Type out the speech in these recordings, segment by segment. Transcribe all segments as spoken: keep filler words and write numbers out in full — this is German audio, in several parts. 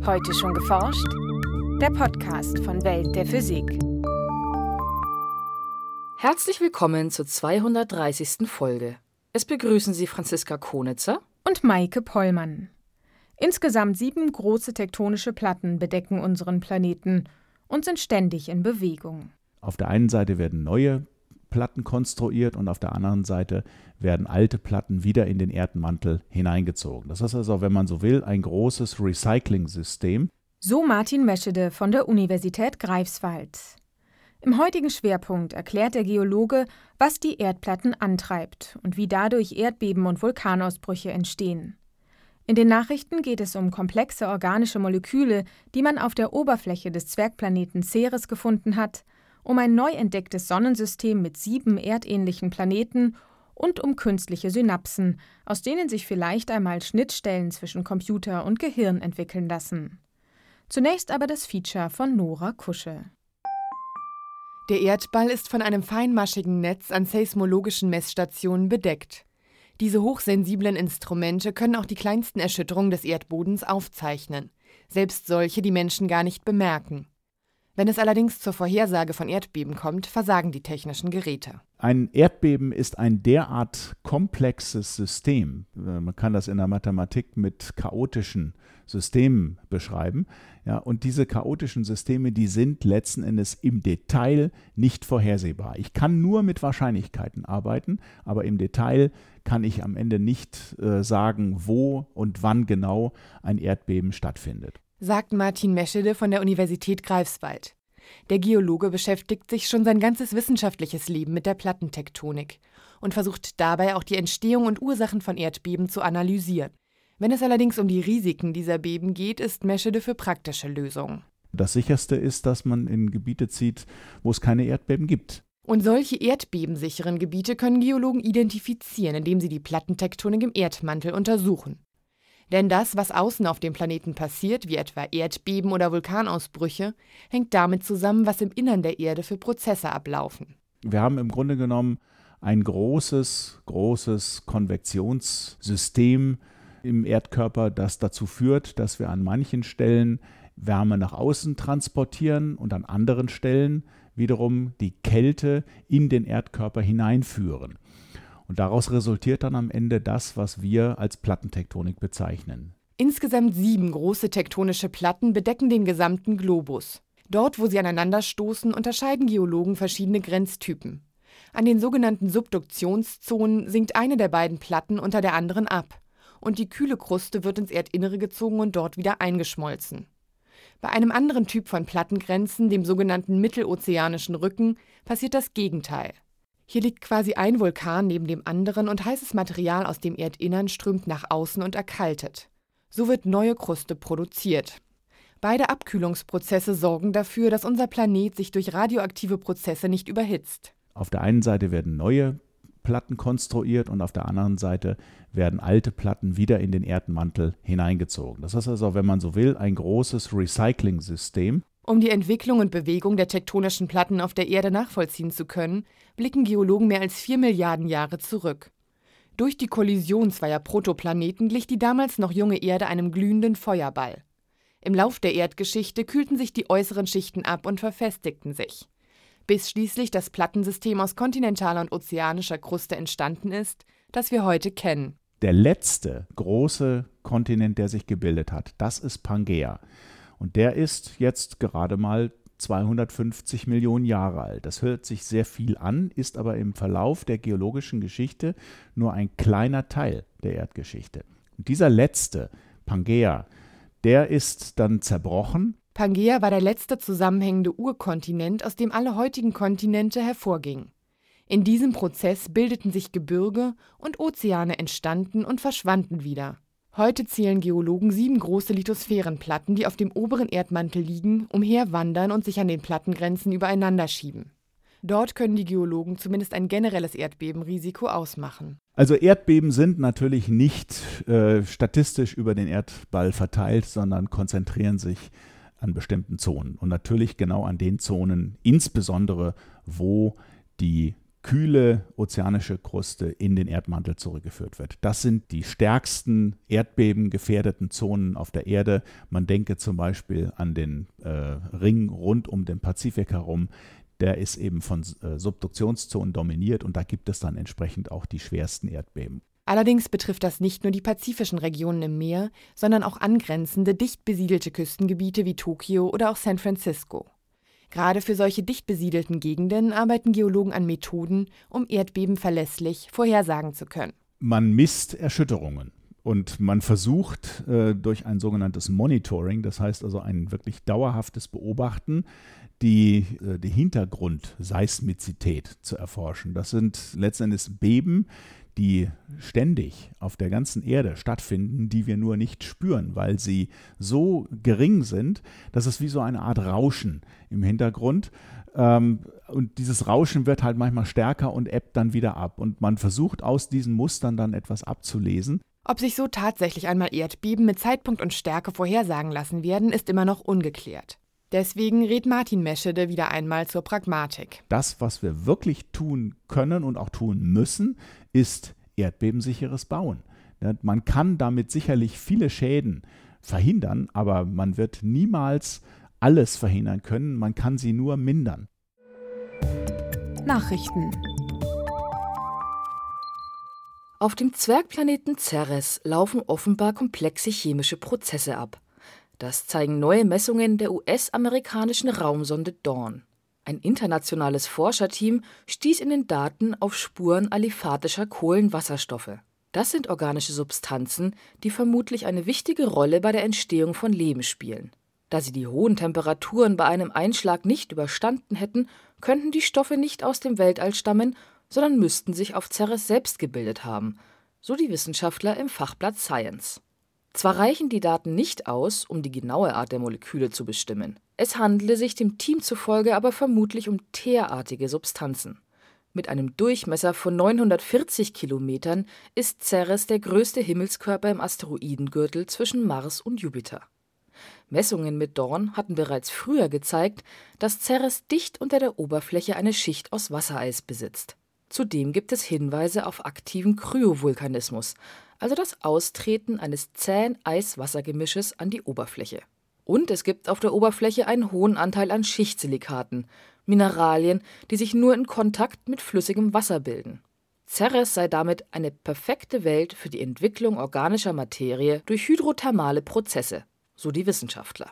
Heute schon geforscht? Der Podcast von Welt der Physik. Herzlich willkommen zur zweihundertdreißigsten Folge. Es begrüßen Sie Franziska Konitzer und Maike Pollmann. Insgesamt sieben große tektonische Platten bedecken unseren Planeten und sind ständig in Bewegung. Auf der einen Seite werden neue Platten konstruiert und auf der anderen Seite werden alte Platten wieder in den Erdmantel hineingezogen. Das ist also, wenn man so will, ein großes Recycling-System. So Martin Meschede von der Universität Greifswald. Im heutigen Schwerpunkt erklärt der Geologe, was die Erdplatten antreibt und wie dadurch Erdbeben und Vulkanausbrüche entstehen. In den Nachrichten geht es um komplexe organische Moleküle, die man auf der Oberfläche des Zwergplaneten Ceres gefunden hat, um ein neu entdecktes Sonnensystem mit sieben erdähnlichen Planeten und um künstliche Synapsen, aus denen sich vielleicht einmal Schnittstellen zwischen Computer und Gehirn entwickeln lassen. Zunächst aber das Feature von Nora Kusche. Der Erdball ist von einem feinmaschigen Netz an seismologischen Messstationen bedeckt. Diese hochsensiblen Instrumente können auch die kleinsten Erschütterungen des Erdbodens aufzeichnen, selbst solche, die Menschen gar nicht bemerken. Wenn es allerdings zur Vorhersage von Erdbeben kommt, versagen die technischen Geräte. Ein Erdbeben ist ein derart komplexes System. Man kann das in der Mathematik mit chaotischen Systemen beschreiben. Ja, und diese chaotischen Systeme, die sind letzten Endes im Detail nicht vorhersehbar. Ich kann nur mit Wahrscheinlichkeiten arbeiten, aber im Detail kann ich am Ende nicht äh, sagen, wo und wann genau ein Erdbeben stattfindet. Sagt Martin Meschede von der Universität Greifswald. Der Geologe beschäftigt sich schon sein ganzes wissenschaftliches Leben mit der Plattentektonik und versucht dabei auch die Entstehung und Ursachen von Erdbeben zu analysieren. Wenn es allerdings um die Risiken dieser Beben geht, ist Meschede für praktische Lösungen. Das Sicherste ist, dass man in Gebiete zieht, wo es keine Erdbeben gibt. Und solche erdbebensicheren Gebiete können Geologen identifizieren, indem sie die Plattentektonik im Erdmantel untersuchen. Denn das, was außen auf dem Planeten passiert, wie etwa Erdbeben oder Vulkanausbrüche, hängt damit zusammen, was im Innern der Erde für Prozesse ablaufen. Wir haben im Grunde genommen ein großes, großes Konvektionssystem im Erdkörper, das dazu führt, dass wir an manchen Stellen Wärme nach außen transportieren und an anderen Stellen wiederum die Kälte in den Erdkörper hineinführen. Und daraus resultiert dann am Ende das, was wir als Plattentektonik bezeichnen. Insgesamt sieben große tektonische Platten bedecken den gesamten Globus. Dort, wo sie aneinanderstoßen, unterscheiden Geologen verschiedene Grenztypen. An den sogenannten Subduktionszonen sinkt eine der beiden Platten unter der anderen ab. Und die kühle Kruste wird ins Erdinnere gezogen und dort wieder eingeschmolzen. Bei einem anderen Typ von Plattengrenzen, dem sogenannten Mittelozeanischen Rücken, passiert das Gegenteil. Hier liegt quasi ein Vulkan neben dem anderen und heißes Material aus dem Erdinnern strömt nach außen und erkaltet. So wird neue Kruste produziert. Beide Abkühlungsprozesse sorgen dafür, dass unser Planet sich durch radioaktive Prozesse nicht überhitzt. Auf der einen Seite werden neue Platten konstruiert und auf der anderen Seite werden alte Platten wieder in den Erdmantel hineingezogen. Das ist also, wenn man so will, ein großes Recycling-System. Um die Entwicklung und Bewegung der tektonischen Platten auf der Erde nachvollziehen zu können, blicken Geologen mehr als vier Milliarden Jahre zurück. Durch die Kollision zweier Protoplaneten glich die damals noch junge Erde einem glühenden Feuerball. Im Lauf der Erdgeschichte kühlten sich die äußeren Schichten ab und verfestigten sich. Bis schließlich das Plattensystem aus kontinentaler und ozeanischer Kruste entstanden ist, das wir heute kennen. Der letzte große Kontinent, der sich gebildet hat, das ist Pangaea. Und der ist jetzt gerade mal zweihundertfünfzig Millionen Jahre alt. Das hört sich sehr viel an, ist aber im Verlauf der geologischen Geschichte nur ein kleiner Teil der Erdgeschichte. Und dieser letzte, Pangaea, der ist dann zerbrochen. Pangaea war der letzte zusammenhängende Urkontinent, aus dem alle heutigen Kontinente hervorgingen. In diesem Prozess bildeten sich Gebirge und Ozeane entstanden und verschwanden wieder. Heute zählen Geologen sieben große Lithosphärenplatten, die auf dem oberen Erdmantel liegen, umherwandern und sich an den Plattengrenzen übereinander schieben. Dort können die Geologen zumindest ein generelles Erdbebenrisiko ausmachen. Also Erdbeben sind natürlich nicht äh, statistisch über den Erdball verteilt, sondern konzentrieren sich an bestimmten Zonen. Und natürlich genau an den Zonen, insbesondere wo die kühle ozeanische Kruste in den Erdmantel zurückgeführt wird. Das sind die stärksten erdbebengefährdeten Zonen auf der Erde. Man denke zum Beispiel an den äh, Ring rund um den Pazifik herum. Der ist eben von äh, Subduktionszonen dominiert und da gibt es dann entsprechend auch die schwersten Erdbeben. Allerdings betrifft das nicht nur die pazifischen Regionen im Meer, sondern auch angrenzende, dicht besiedelte Küstengebiete wie Tokio oder auch San Francisco. Gerade für solche dicht besiedelten Gegenden arbeiten Geologen an Methoden, um Erdbeben verlässlich vorhersagen zu können. Man misst Erschütterungen und man versucht äh, durch ein sogenanntes Monitoring, das heißt also ein wirklich dauerhaftes Beobachten, die, äh, die Hintergrundseismizität zu erforschen. Das sind letztendlich Beben, die ständig auf der ganzen Erde stattfinden, die wir nur nicht spüren, weil sie so gering sind, dass es wie so eine Art Rauschen im Hintergrund. Ähm, und dieses Rauschen wird halt manchmal stärker und ebbt dann wieder ab. Und man versucht aus diesen Mustern dann etwas abzulesen. Ob sich so tatsächlich einmal Erdbeben mit Zeitpunkt und Stärke vorhersagen lassen werden, ist immer noch ungeklärt. Deswegen rät Martin Meschede wieder einmal zur Pragmatik. Das, was wir wirklich tun können und auch tun müssen, ist erdbebensicheres Bauen. Man kann damit sicherlich viele Schäden verhindern, aber man wird niemals alles verhindern können. Man kann sie nur mindern. Nachrichten. Auf dem Zwergplaneten Ceres laufen offenbar komplexe chemische Prozesse ab. Das zeigen neue Messungen der U S-amerikanischen Raumsonde Dawn. Ein internationales Forscherteam stieß in den Daten auf Spuren aliphatischer Kohlenwasserstoffe. Das sind organische Substanzen, die vermutlich eine wichtige Rolle bei der Entstehung von Leben spielen. Da sie die hohen Temperaturen bei einem Einschlag nicht überstanden hätten, könnten die Stoffe nicht aus dem Weltall stammen, sondern müssten sich auf Ceres selbst gebildet haben, so die Wissenschaftler im Fachblatt Science. Zwar reichen die Daten nicht aus, um die genaue Art der Moleküle zu bestimmen. Es handele sich dem Team zufolge aber vermutlich um teerartige Substanzen. Mit einem Durchmesser von neunhundertvierzig Kilometern ist Ceres der größte Himmelskörper im Asteroidengürtel zwischen Mars und Jupiter. Messungen mit Dawn hatten bereits früher gezeigt, dass Ceres dicht unter der Oberfläche eine Schicht aus Wassereis besitzt. Zudem gibt es Hinweise auf aktiven Kryovulkanismus, also das Austreten eines zähen Eis-Wasser-Gemisches an die Oberfläche. Und es gibt auf der Oberfläche einen hohen Anteil an Schichtsilikaten, Mineralien, die sich nur in Kontakt mit flüssigem Wasser bilden. Ceres sei damit eine perfekte Welt für die Entwicklung organischer Materie durch hydrothermale Prozesse, so die Wissenschaftler.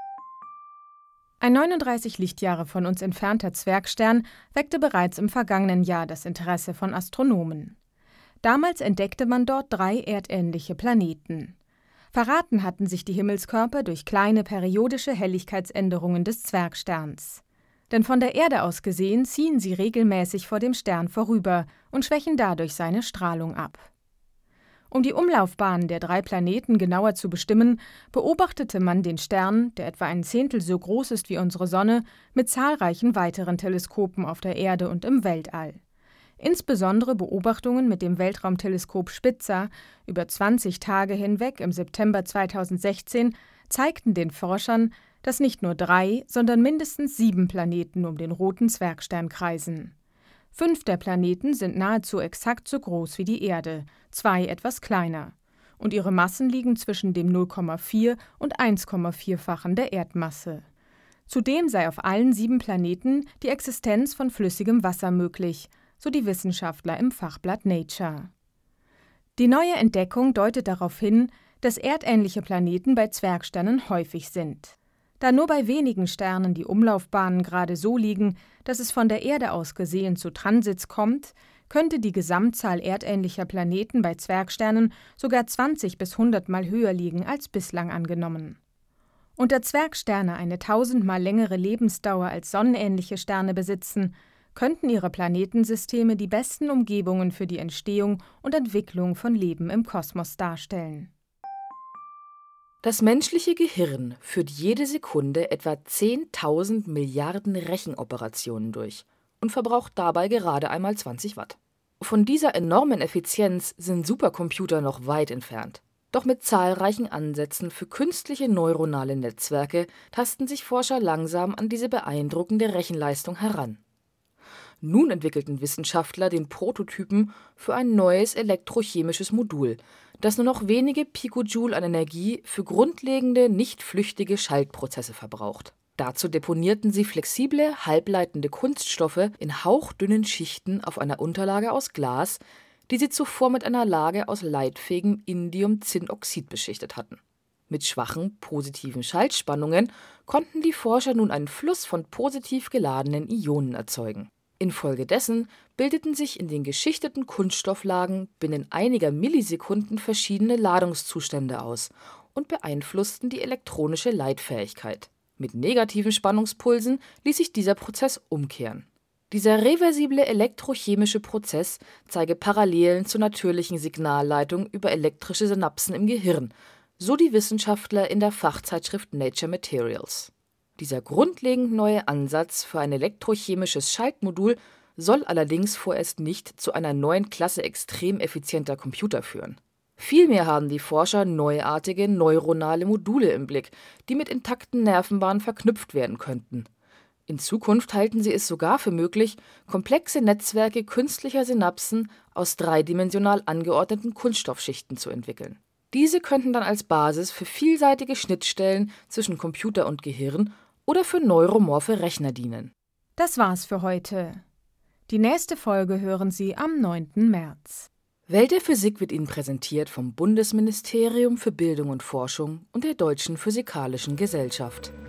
Ein neununddreißig Lichtjahre von uns entfernter Zwergstern weckte bereits im vergangenen Jahr das Interesse von Astronomen. Damals entdeckte man dort drei erdähnliche Planeten. Verraten hatten sich die Himmelskörper durch kleine periodische Helligkeitsänderungen des Zwergsterns. Denn von der Erde aus gesehen ziehen sie regelmäßig vor dem Stern vorüber und schwächen dadurch seine Strahlung ab. Um die Umlaufbahnen der drei Planeten genauer zu bestimmen, beobachtete man den Stern, der etwa ein Zehntel so groß ist wie unsere Sonne, mit zahlreichen weiteren Teleskopen auf der Erde und im Weltall. Insbesondere Beobachtungen mit dem Weltraumteleskop Spitzer über zwanzig Tage hinweg im September zweitausendsechzehn zeigten den Forschern, dass nicht nur drei, sondern mindestens sieben Planeten um den roten Zwergstern kreisen. Fünf der Planeten sind nahezu exakt so groß wie die Erde, zwei etwas kleiner. Und ihre Massen liegen zwischen dem null Komma vier und eins Komma vier-fachen der Erdmasse. Zudem sei auf allen sieben Planeten die Existenz von flüssigem Wasser möglich, so die Wissenschaftler im Fachblatt Nature. Die neue Entdeckung deutet darauf hin, dass erdähnliche Planeten bei Zwergsternen häufig sind. Da nur bei wenigen Sternen die Umlaufbahnen gerade so liegen, dass es von der Erde aus gesehen zu Transits kommt, könnte die Gesamtzahl erdähnlicher Planeten bei Zwergsternen sogar zwanzig bis hundert Mal höher liegen als bislang angenommen. Und da Zwergsterne eine tausendmal längere Lebensdauer als sonnenähnliche Sterne besitzen, könnten ihre Planetensysteme die besten Umgebungen für die Entstehung und Entwicklung von Leben im Kosmos darstellen. Das menschliche Gehirn führt jede Sekunde etwa zehntausend Milliarden Rechenoperationen durch und verbraucht dabei gerade einmal zwanzig Watt. Von dieser enormen Effizienz sind Supercomputer noch weit entfernt. Doch mit zahlreichen Ansätzen für künstliche neuronale Netzwerke tasten sich Forscher langsam an diese beeindruckende Rechenleistung heran. Nun entwickelten Wissenschaftler den Prototypen für ein neues elektrochemisches Modul, das nur noch wenige Pikojoule an Energie für grundlegende, nicht flüchtige Schaltprozesse verbraucht. Dazu deponierten sie flexible, halbleitende Kunststoffe in hauchdünnen Schichten auf einer Unterlage aus Glas, die sie zuvor mit einer Lage aus leitfähigem Indiumzinnoxid beschichtet hatten. Mit schwachen, positiven Schaltspannungen konnten die Forscher nun einen Fluss von positiv geladenen Ionen erzeugen. Infolgedessen bildeten sich in den geschichteten Kunststofflagen binnen einiger Millisekunden verschiedene Ladungszustände aus und beeinflussten die elektronische Leitfähigkeit. Mit negativen Spannungspulsen ließ sich dieser Prozess umkehren. Dieser reversible elektrochemische Prozess zeige Parallelen zur natürlichen Signalleitung über elektrische Synapsen im Gehirn, so die Wissenschaftler in der Fachzeitschrift Nature Materials. Dieser grundlegend neue Ansatz für ein elektrochemisches Schaltmodul soll allerdings vorerst nicht zu einer neuen Klasse extrem effizienter Computer führen. Vielmehr haben die Forscher neuartige neuronale Module im Blick, die mit intakten Nervenbahnen verknüpft werden könnten. In Zukunft halten sie es sogar für möglich, komplexe Netzwerke künstlicher Synapsen aus dreidimensional angeordneten Kunststoffschichten zu entwickeln. Diese könnten dann als Basis für vielseitige Schnittstellen zwischen Computer und Gehirn oder für neuromorphe Rechner dienen. Das war's für heute. Die nächste Folge hören Sie am neunten März. Welt der Physik wird Ihnen präsentiert vom Bundesministerium für Bildung und Forschung und der Deutschen Physikalischen Gesellschaft.